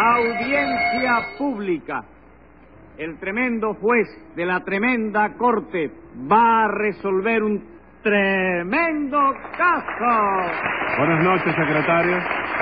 Audiencia pública. El tremendo juez de la tremenda corte va a resolver un tremendo caso. Buenas noches, secretario.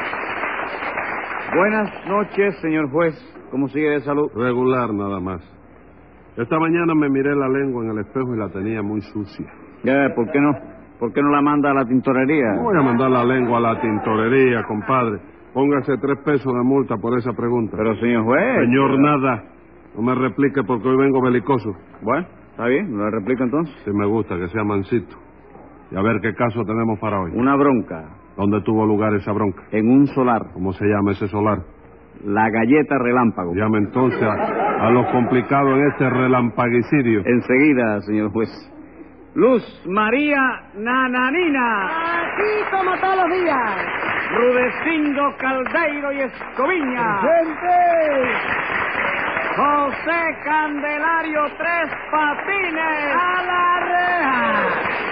Buenas noches, señor juez. ¿Cómo sigue de salud? Regular, nada más. Esta mañana me miré la lengua en el espejo y la tenía muy sucia. ¿Por qué no? ¿Por qué no la manda a la tintorería? No voy a mandar la lengua a la tintorería, compadre. Póngase 3 pesos de multa por esa pregunta. Pero, señor juez... Señor, nada. No me replique porque hoy vengo belicoso. Bueno, está bien, ¿lo replico entonces? Sí me gusta, que sea mansito. Y a ver qué caso tenemos para hoy. Una bronca. ¿Dónde tuvo lugar esa bronca? En un solar. ¿Cómo se llama ese solar? La Galleta Relámpago. Llame entonces a los complicados en este relampaguicidio. Enseguida, señor juez. Luz María Nananina. Aquí como todos los días. Rudecindo Caldeiro y Escoviña. ¡Gente! José Candelario Tres Patines. ¡A la reja!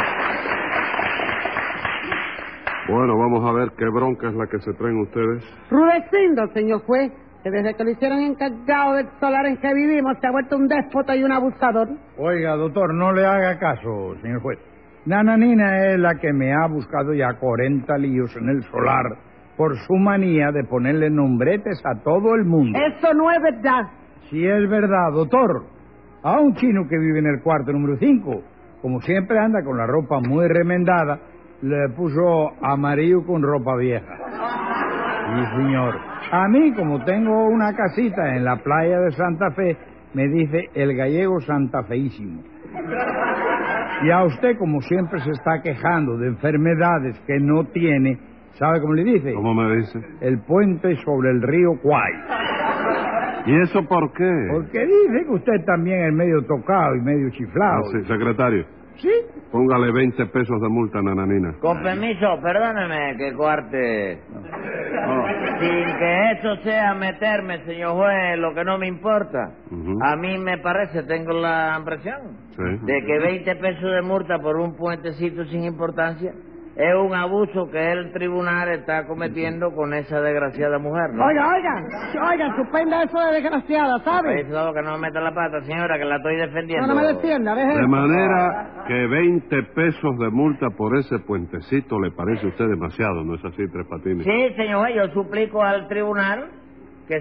Bueno, vamos a ver qué bronca es la que se traen ustedes. Rudecindo, señor juez, que desde que lo hicieron encargado del solar en que vivimos se ha vuelto un déspota y un abusador. Oiga, doctor, no le haga caso, señor juez. Nananina es la que me ha buscado ya 40 líos en el solar por su manía de ponerle nombretes a todo el mundo. Eso no es verdad. Si es verdad, doctor. A un chino que vive en el cuarto número 5, como siempre anda con la ropa muy remendada, le puso amarillo con ropa vieja. Sí, señor. A mí, como tengo una casita en la playa de Santa Fe, me dice el gallego santafeísimo. Y a usted, como siempre se está quejando de enfermedades que no tiene, ¿sabe cómo le dice? ¿Cómo me dice? El puente sobre el río Kwai. ¿Y eso por qué? Porque dice que usted también es medio tocado y medio chiflado. Sí, secretario. ¿Sí? Póngale 20 pesos de multa, Nananina. Con permiso, perdóneme que cuarte. Sin que eso sea meterme, señor juez, lo que no me importa. A mí me parece, tengo la impresión, de que 20 pesos de multa por un puentecito sin importancia es un abuso que el tribunal está cometiendo con esa desgraciada mujer, ¿no? Oigan, suspenda eso de desgraciada, ¿sabe? Eso que no me meta la pata, señora, que la estoy defendiendo. No me defienda, deje. De manera que 20 pesos de multa por ese puentecito le parece a usted demasiado, ¿no es así, Tres Patines? Sí, señor juez, yo suplico al tribunal que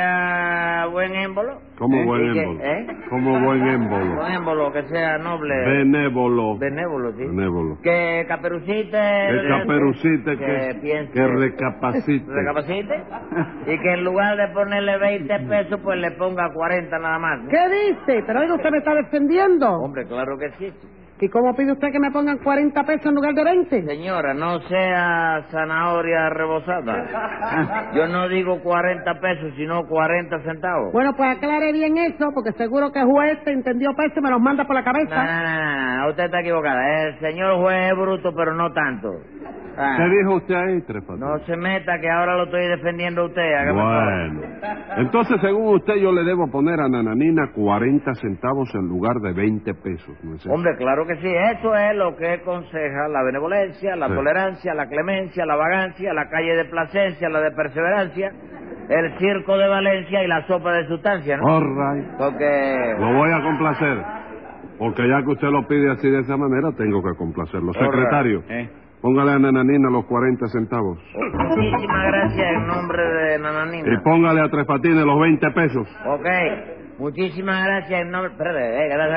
sea buen émbolo. ¿Cómo buen émbolo? ¿Cómo buen émbolo? Buen émbolo, que sea noble. Benévolo. Benévolo, sí. Benévolo. Que caperucite. Que caperucite, que piense. Que recapacite. Recapacite. Y que en lugar de ponerle 20 pesos, pues le ponga 40 nada más, ¿no? ¿Qué dice? Pero oiga, usted me está defendiendo. Hombre, claro que sí. ¿Y cómo pide usted que me pongan 40 pesos en lugar de 20? Señora, no sea zanahoria rebozada. Yo no digo 40 pesos, sino 40 centavos. Bueno, pues aclare bien eso, porque seguro que el juez te entendió peso y me los manda por la cabeza. No, usted está equivocada. El señor juez es bruto, pero no tanto. ¿Qué dijo usted ahí, Tres Patines? No se meta, que ahora lo estoy defendiendo a usted. Bueno, entonces, según usted, yo le debo poner a Nananina 40 centavos en lugar de 20 pesos, ¿no es eso? Hombre, claro que sí. Eso es lo que aconseja la benevolencia, la tolerancia, la clemencia, la vagancia, la calle de Plasencia, la de perseverancia, el circo de Valencia y la sopa de sustancia, ¿no? All right. Porque... Lo voy a complacer, porque ya que usted lo pide así de esa manera, tengo que complacerlo. Secretario, póngale a Nananina los 40 centavos. Muchísimas gracias en nombre de Nananina. Y póngale a Tres Patines los 20 pesos. Ok. Muchísimas gracias en nombre... Espérate, ¿qué estás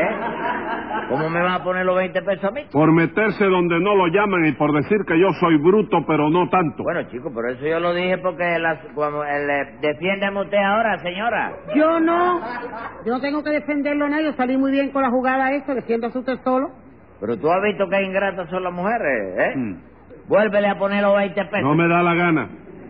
ahí? ¿Cómo me va a poner los 20 pesos a mí? Por meterse donde no lo llaman y por decir que yo soy bruto, pero no tanto. Bueno, chico, pero eso yo lo dije porque... defiéndeme usted ahora, señora. Yo no tengo que defenderlo a nadie. Yo salí muy bien con la jugada esa, defiéndase usted solo. Pero tú has visto que ingratas son las mujeres, ¿eh? Vuélvele a poner los 20 pesos. No me da la gana.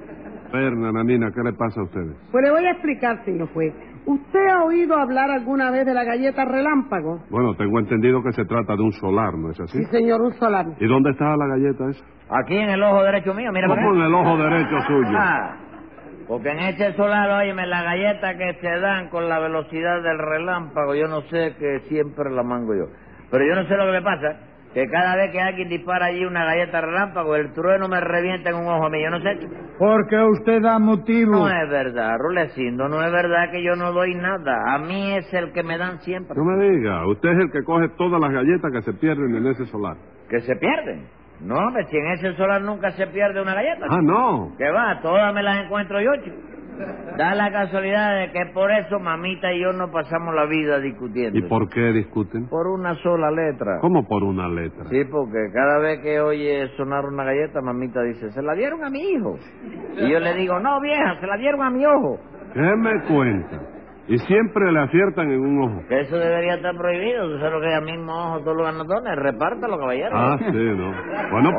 Nananina, ¿qué le pasa a ustedes? Pues le voy a explicar, señor juez. ¿Usted ha oído hablar alguna vez de la galleta relámpago? Bueno, tengo entendido que se trata de un solar, ¿no es así? Sí, señor, un solar. ¿Y dónde está la galleta esa? Aquí en el ojo derecho mío, mira. ¿Cómo en el ojo derecho suyo? Porque en ese solar, óyeme, la galleta que se dan con la velocidad del relámpago, yo no sé, que siempre la mango yo. Pero yo no sé lo que me pasa, que cada vez que alguien dispara allí una galleta relámpago, el trueno me revienta en un ojo a mí. Yo no sé, chico. Porque usted da motivo. No es verdad, Rulecindo, no es verdad que yo no doy nada. A mí es el que me dan siempre. No me diga, usted es el que coge todas las galletas que se pierden en ese solar. ¿Que se pierden? No, hombre, si en ese solar nunca se pierde una galleta. Ah, no. ¿Qué va? Todas me las encuentro yo, chico. Da la casualidad de que por eso mamita y yo no pasamos la vida discutiendo. ¿Y por qué discuten? Por una sola letra. ¿Cómo por una letra? Sí, porque cada vez que oye sonar una galleta, mamita dice, se la dieron a mi hijo. Y yo le digo, no, vieja, se la dieron a mi ojo. ¿Qué me cuenta? Y siempre le aciertan en un ojo. Que eso debería estar prohibido. Tú sabes lo que es al mismo ojo todos los ganatones. Repártalo, caballero. Ah, sí, no. Bueno,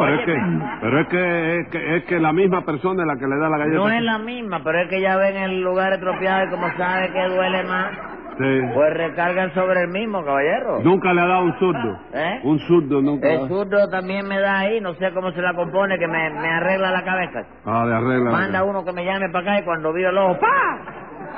pero es que la misma persona es la que le da la galleta. No es la misma, pero es que ya ven el lugar estropeado y como sabe que duele más, sí, pues recargan sobre el mismo, caballero. Nunca le ha dado un zurdo. ¿Eh? Un zurdo nunca. El zurdo también me da ahí, no sé cómo se la compone, que me arregla la cabeza. Ah, de arregla. Manda uno que me llame para acá y cuando vio el ojo, ¡pa!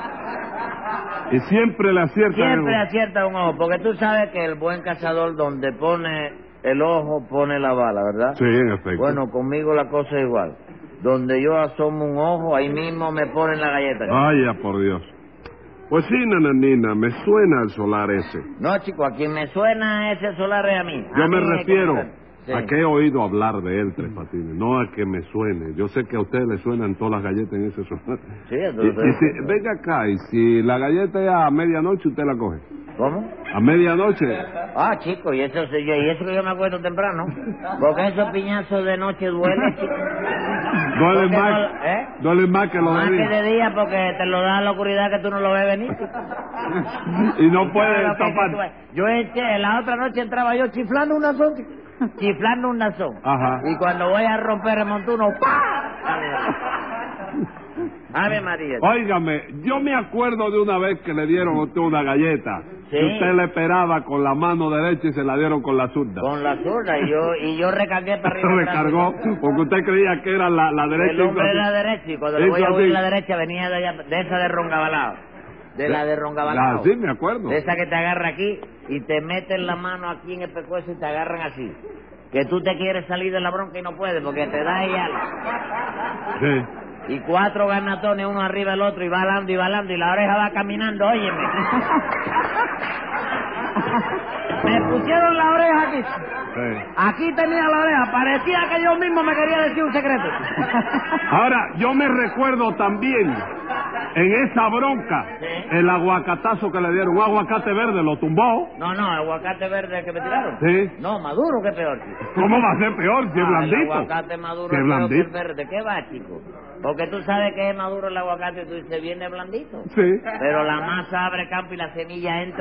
Y siempre le acierta. Siempre acierta un ojo, porque tú sabes que el buen cazador donde pone el ojo pone la bala, ¿verdad? Sí, en efecto. Bueno, conmigo la cosa es igual. Donde yo asomo un ojo, ahí mismo me ponen la galleta. Vaya, por Dios. Pues sí, nananina, me suena el solar ese. No, chico, a quien me suena ese solar es a mí. Yo A me mí es refiero sí. a que he oído hablar de él, Tres Patines, no a que me suene. Yo sé que a usted le suenan todas las galletas en ese solar. Sí, Venga acá, y si la galleta es a medianoche, usted la coge. ¿Cómo? ¿A medianoche? Ah, chico, y eso que yo me acuesto temprano. Porque esos piñazos de noche duelen, chico. Duele Porque más, no, ¿eh? duele más que lo Más de que día. de día porque te lo da la oscuridad que tú no lo ves venir, chico. Y no puede Claro que tapar. yo la otra noche entraba yo chiflando un nazón, chico. Chiflando un nazón. Ajá. Y cuando voy a romper el montuno, ¡pah! Ave María. Óigame, yo me acuerdo de una vez que le dieron a usted una galleta. Sí. Que usted le esperaba con la mano derecha y se la dieron con la zurda. Con la zurda, y yo recargué para arriba. Recargó, porque usted creía que era la derecha. El hombre de la derecha, y cuando le voy a Hizo oír así. la derecha venía de, allá, de esa de Rongabalao. De la de Rongabalao. Ah, sí, me acuerdo. De esa que te agarra aquí y te meten la mano aquí en el pescuezo y te agarran así. Que tú te quieres salir de la bronca y no puedes porque te da ella. Sí. Y 4 ganatones uno arriba del otro y va alando y la oreja va caminando, óyeme. Me pusieron la oreja aquí. Sí. Aquí tenía la oreja, parecía que yo mismo me quería decir un secreto. Ahora, yo me recuerdo también, en esa bronca, Sí. el aguacatazo que le dieron, un aguacate verde, lo tumbó. No, aguacate verde que me tiraron. Sí. No, maduro, qué peor, chico. ¿Cómo va a ser peor si es El blandito? aguacate maduro Si es es peor que el blandito. verde. ¿Qué va, chico? Porque tú sabes que es maduro el aguacate y tú dices, viene blandito. Sí. Pero la masa abre campo y la semilla entra.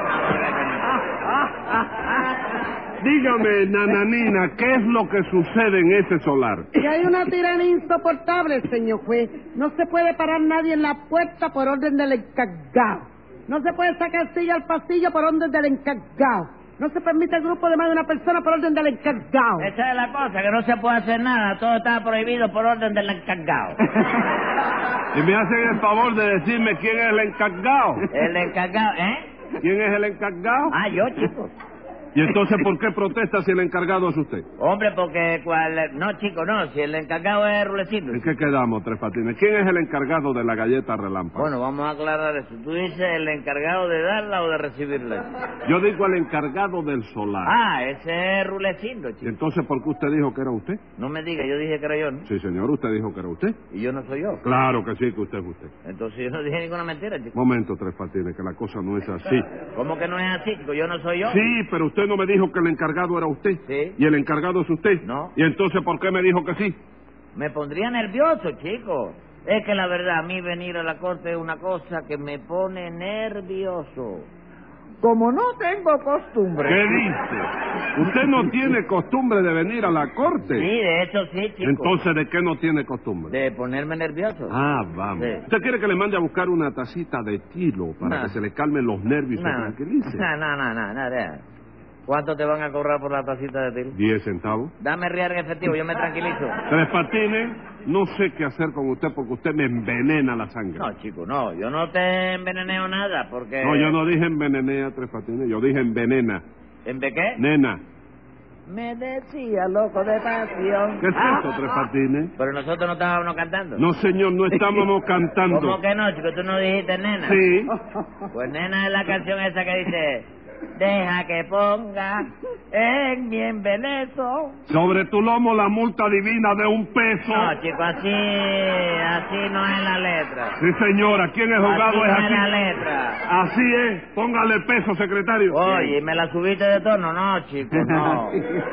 Dígame, nananina, ¿qué es lo que sucede en ese solar? Y hay una tiranía insoportable, señor juez. No se puede parar nadie en la puerta por orden del encargado. No se puede sacar silla al pasillo por orden del encargado. No se permite el grupo de más de una persona por orden del encargado. Esa es la cosa, que no se puede hacer nada. Todo está prohibido por orden del encargado. Y me hacen el favor de decirme quién es el encargado. El encargado, ¿eh? ¿Quién es el encargado? Ah, yo, chico. ¿Y entonces por qué protesta si el encargado es usted? Hombre, porque no, chico, no, si el encargado es Rulecito. ¿En qué quedamos, Tres Patines? ¿Quién es el encargado de la galleta relámpago? Bueno, vamos a aclarar eso. ¿Tú dices el encargado de darla o de recibirla? Yo digo el encargado del solar. Ah, ese es Rulecito, ¿Y chico. entonces por qué usted dijo que era usted? No me diga, yo dije que era yo, ¿no? Sí, señor, usted dijo que era usted. Y yo no soy yo. Claro que sí, que usted es usted. Entonces yo no dije ninguna mentira, chico. Momento, Tres Patines, que la cosa no es así. ¿Cómo que no es así, chico? Yo no soy yo. Sí, pero usted no me dijo que el encargado era usted. Sí. ¿Y el encargado es usted? No. ¿Y entonces por qué me dijo que sí? Me pondría nervioso, chico. Es que la verdad, a mí venir a la corte es una cosa que me pone nervioso. Como no tengo costumbre. ¿Qué dice? Usted no tiene costumbre de venir a la corte. Sí, de hecho sí, chico. Entonces, ¿de qué no tiene costumbre? De ponerme nervioso. Ah, vamos. Sí. ¿Usted quiere que le mande a buscar una tacita de tilo para No. que se le calmen los nervios y se tranquilice? No. ¿Cuánto te van a cobrar por la tacita de tiro? 10 centavos. Dame real en efectivo, yo me tranquilizo. Tres Patines, no sé qué hacer con usted porque usted me envenena la sangre. No, chico, no, yo no te enveneneo nada porque... No, yo no dije envenenea, Tres Patines, yo dije envenena. ¿En de qué? Nena. me decía loco de pasión. ¿Qué es eso, Tres Patines? Pero nosotros no estábamos cantando. No, señor, no estábamos cantando. ¿Cómo que no, chico? ¿Tú no dijiste nena? Sí. Pues nena es la canción esa que dice... Deja que ponga en mi embeleso. Sobre tu lomo la multa divina de $1. No, chico, así no es la letra. Sí, señora, ¿quién es jugado Así es no aquí? es la letra. Así es, póngale peso, secretario. Oye, ¿me la subiste de tono? No, chico, no.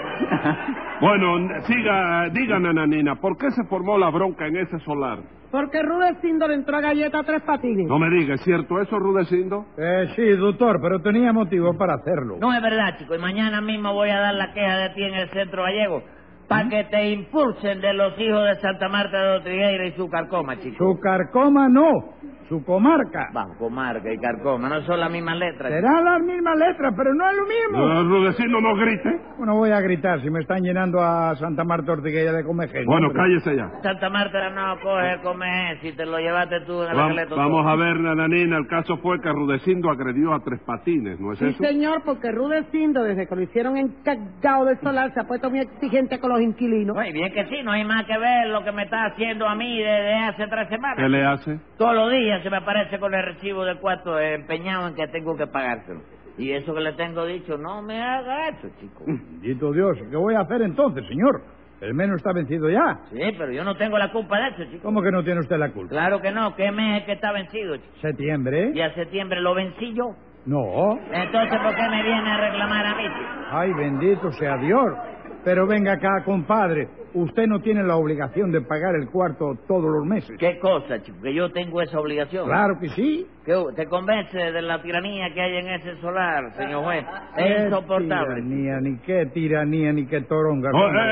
Bueno, diga, nananina, ¿por qué se formó la bronca en ese solar? Porque Rudecindo le entró a galleta a Tres Patines. No me diga, ¿es cierto eso, Rudecindo? Sí, doctor, pero tenía motivo para hacerlo. No es verdad, chico, y mañana mismo voy a dar la queja de ti en el centro gallego para que te impulsen de los hijos de Santa Marta de Otrigueira y su carcoma, chico. Su carcoma no, su comarca. Va, comarca y carcoma, no son las mismas letras. Serán las mismas letras, pero no es lo mismo. Rudecindo, no grite. Bueno, voy a gritar si me están llenando a Santa Marta Ortigueira de comején. Bueno, cállese ya. Santa Marta no coge comer si te lo llevaste tú en la caleta. Vamos a ver, nananina, el caso fue que Rudecindo agredió a Tres Patines, ¿no es Sí, eso? señor, porque Rudecindo, desde que lo hicieron encargado del solar, se ha puesto muy exigente con los inquilinos. Muy bien que sí, no hay más que ver lo que me está haciendo a mí desde hace 3 semanas. ¿Qué le hace? Todos los días se me aparece con el recibo del cuarto empeñado en que tengo que pagárselo. Y eso que le tengo dicho, no me haga eso, chico. Bendito Dios, ¿qué voy a hacer entonces, señor? El menú está vencido ya. Sí, pero yo no tengo la culpa de eso, chico. ¿Cómo que no tiene usted la culpa? Claro que no, ¿qué mes es que está vencido, chico? ¿Septiembre? Y a septiembre lo vencí yo. No. Entonces, ¿por qué me viene a reclamar a mí, chico? Ay, bendito sea Dios. Pero venga acá, compadre. Usted no tiene la obligación de pagar el cuarto todos los meses. ¿Qué cosa, chico? Que yo tengo esa obligación. Claro que sí. ¿Te convence de la tiranía que hay en ese solar, señor juez? Es insoportable. Qué tiranía, ni qué toronga.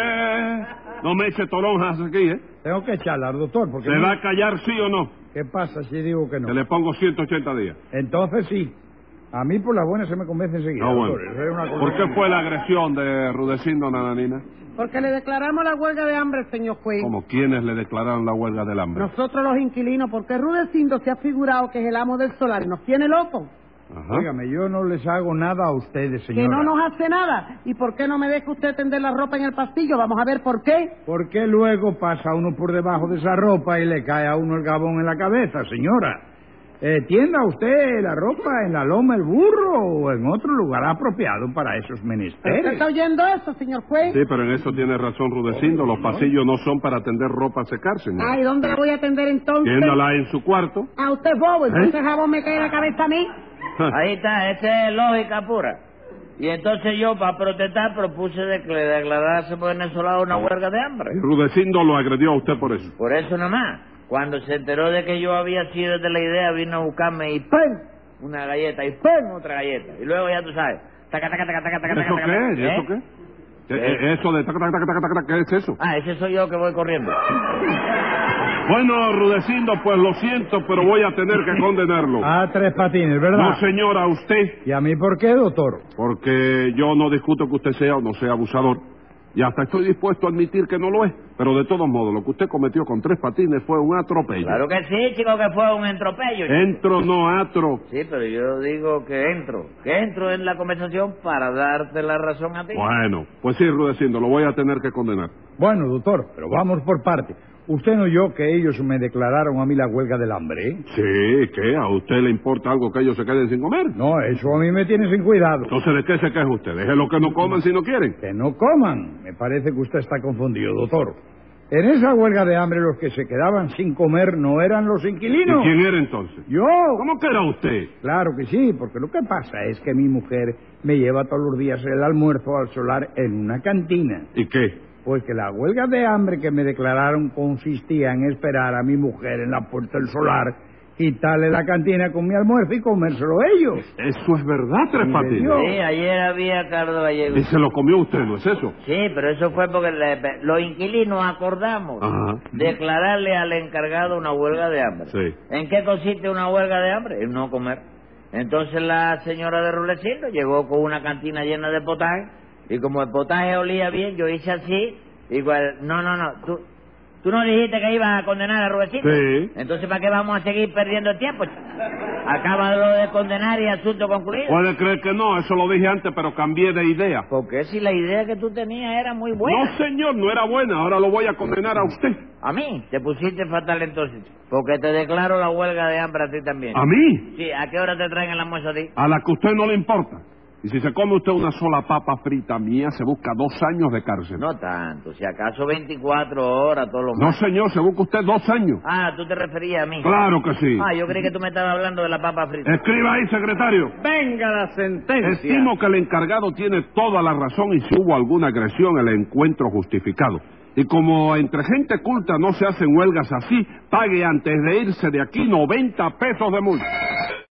No me eche toronjas aquí, ¿eh? Tengo que echarla, doctor, porque... ¿Se va a callar sí o no? ¿Qué pasa si digo que no? Que le pongo 180 días. Entonces sí. A mí por la buena se me convence enseguida. No, bueno. Doctor. Eso es una cosa ¿Por qué que- fue la agresión de Rudecindo, nananina? Porque le declaramos la huelga de hambre, señor juez. Como quienes le declararon la huelga del hambre. Nosotros los inquilinos, porque Rudecindo se ha figurado que es el amo del solar y nos tiene locos. Ajá. Óigame, yo no les hago nada a ustedes, señora. Que no nos hace nada. ¿Y por qué no me deja usted tender la ropa en el pasillo? Vamos a ver por qué. Porque luego pasa uno por debajo de esa ropa y le cae a uno el gabón en la cabeza, señora. Tienda usted la ropa en la loma el burro o en otro lugar apropiado para esos ¿Usted menesteres. está oyendo eso, señor juez? Sí, pero en eso tiene razón Rudecindo. Los pasillos no son para tender ropa a secar, señor. Ay, ¿dónde la voy a atender entonces? Tiéndala en su cuarto. Ah, usted es bobo, entonces jabón me cae en la cabeza a mí. Ahí está, esa es lógica pura. Y entonces yo, para protestar, propuse de que le declarase por venezolano una huelga de hambre. Y Rudecindo lo agredió a usted por eso. Por eso nomás. Cuando se enteró de que yo había sido de la idea, vino a buscarme y ¡pum! Una galleta y ¡pum! Otra galleta. Y luego ya tú sabes. Taca, taca, taca, taca, taca, ¿Eso taca, qué taca. es? ¿Eso qué? Eso de tac, tac, tac, tac, tac, ¿qué es eso? Ah, ese soy yo que voy corriendo. Bueno, Rudecindo, pues lo siento, pero voy a tener que condenarlo. A Tres Patines, ¿verdad? No, señora, a usted. ¿Y a mí por qué, doctor? Porque yo no discuto que usted sea o no sea abusador. Y hasta estoy dispuesto a admitir que no lo es. Pero de todos modos, lo que usted cometió con Tres Patines fue un atropello. Claro que sí, chico, que fue un entropello. Entro, no atro. Sí, pero yo digo que entro en la conversación para darte la razón a ti. Bueno, pues sí, Rudecindo, lo voy a tener que condenar. Bueno, doctor, pero vamos por parte. ¿Usted no oyó que ellos me declararon a mí la huelga del hambre? Sí, ¿qué? ¿A usted le importa algo que ellos se queden sin comer? No, eso a mí me tiene sin cuidado. Entonces, ¿de qué se queja usted? Déjelo que no coman si no quieren. Que no coman. Me parece que usted está confundido, doctor. En esa huelga de hambre los que se quedaban sin comer no eran los ¿Y inquilinos. quién era entonces? Yo. ¿Cómo que era usted? Claro que sí, porque lo que pasa es que mi mujer me lleva todos los días el almuerzo al solar en una cantina. ¿Y qué? Pues que la huelga de hambre que me declararon consistía en esperar a mi mujer en la puerta del solar, quitarle la cantina con mi almuerzo y comérselo ellos. Eso es verdad, Tres Patines. Dios. Sí, ayer había Carlos Gallego. Y se lo comió usted, ¿no es eso? Sí, pero eso fue porque los inquilinos acordamos Ajá. declararle al encargado una huelga de hambre. Sí. ¿En qué consiste una huelga de hambre? En no comer. Entonces la señora de Rudecindo llegó con una cantina llena de potaje y como el potaje olía bien, yo hice así, igual, no, tú ¿Tú no dijiste que ibas a condenar a Rubecito? Sí. Entonces, ¿para qué vamos a seguir perdiendo el tiempo? Acábalo de condenar y asunto concluido. Puede creer que no, eso lo dije antes, pero cambié de idea. ¿Por qué si la idea que tú tenías era muy buena? No, señor, no era buena. Ahora lo voy a condenar a usted. ¿A mí? Te pusiste fatal entonces. Porque te declaro la huelga de hambre a ti también. ¿A mí? Sí, ¿a qué hora te traen el almuerzo a ti? A la que a usted no le importa. Y si se come usted una sola papa frita mía, se busca 2 años de cárcel. No tanto, si acaso 24 horas, todo lo No, más. señor, se busca usted 2 años. Ah, ¿tú te referías a mí? Claro que sí. Ah, yo creí que tú me estabas hablando de la papa frita. Escriba ahí, secretario. Venga la sentencia. Estimo que el encargado tiene toda la razón y si hubo alguna agresión, el encuentro justificado. Y como entre gente culta no se hacen huelgas así, pague antes de irse de aquí 90 pesos de multa.